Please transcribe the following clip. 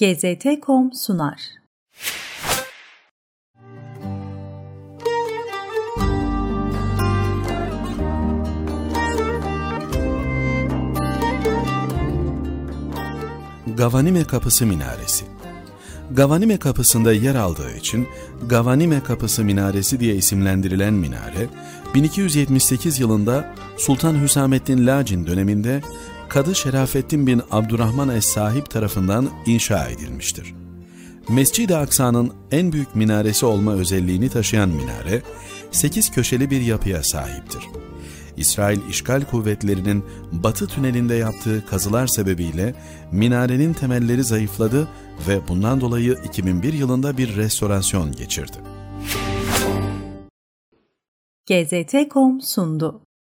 GZT.com sunar. Gavanime Kapısı Minaresi. Gavanime Kapısı'nda yer aldığı için Gavanime Kapısı Minaresi diye isimlendirilen minare, 1278 yılında Sultan Hüsamettin Lacin döneminde Kadı Şerafettin bin Abdurrahman es-Sahib tarafından inşa edilmiştir. Mescid-i Aksa'nın en büyük minaresi olma özelliğini taşıyan minare, 8 köşeli bir yapıya sahiptir. İsrail İşgal Kuvvetleri'nin batı tünelinde yaptığı kazılar sebebiyle minarenin temelleri zayıfladı ve bundan dolayı 2001 yılında bir restorasyon geçirdi. GZT.com sundu.